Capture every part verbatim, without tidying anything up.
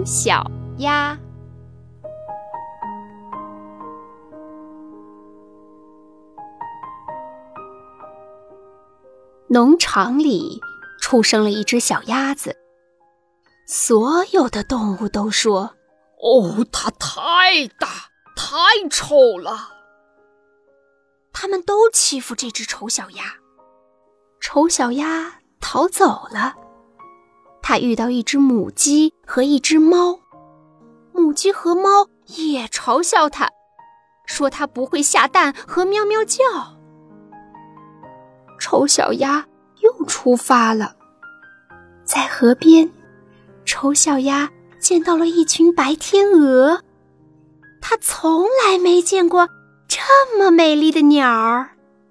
丑小鸭。农场里出生了一只小鸭子，所有的动物都说：“ 哦，它太大，太丑了。” 他们都欺负这只丑小鸭。丑小鸭逃走了，它遇到一只母鸡和一只猫，母鸡和猫也嘲笑它，说它不会下蛋和喵喵叫。丑小鸭又出发了，在河边，丑小鸭见到了一群白天鹅，它从来没见过这么美丽的鸟儿。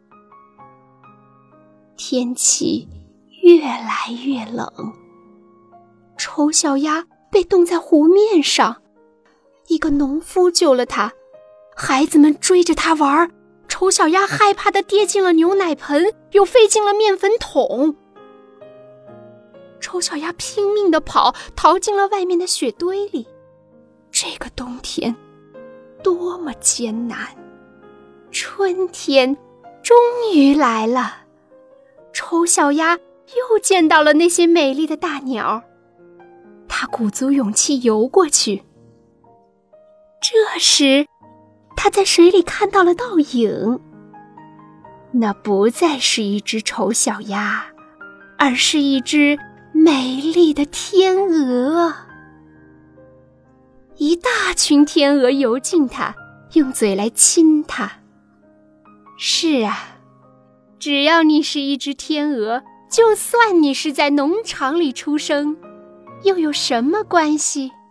天气越来越冷，丑小鸭被冻在湖面上，一个农夫救了它，孩子们追着它玩，丑小鸭害怕地跌进了牛奶盆，又飞进了面粉桶。丑小鸭拼命地跑，逃进了外面的雪堆里。这个冬天多么艰难！春天终于来了，丑小鸭又见到了那些美丽的大鸟，它鼓足勇气游过去。这时，它在水里看到了倒影，那不再是一只丑小鸭，而是一只美丽的天鹅。一大群天鹅游近它，用嘴来亲它。是啊，只要你是一只天鹅，就算你是在农场里出生，又有什么关系？